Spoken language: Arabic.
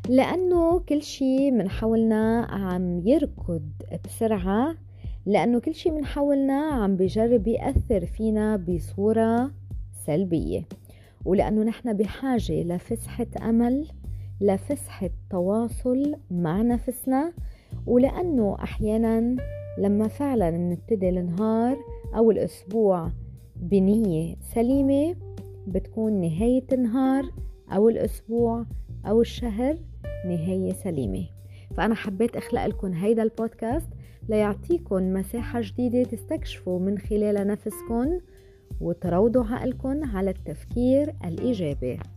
لأنه كل شي من حولنا عم يركض بسرعة، لأنه كل شي من حولنا عم بيجرب يأثر فينا بصورة سلبية، ولأنه نحن بحاجة لفسحة أمل، لفسحة تواصل مع نفسنا، ولأنه أحيانا لما فعلا نبتدي النهار أو الأسبوع بنية سليمة بتكون نهاية النهار أو الأسبوع أو الشهر نهاية سليمة. فأنا حبيت أخلق لكم هيدا البودكاست ليعطيكم مساحة جديدة تستكشفوا من خلال نفسكم وتروضوا عقلكم على التفكير الإيجابي.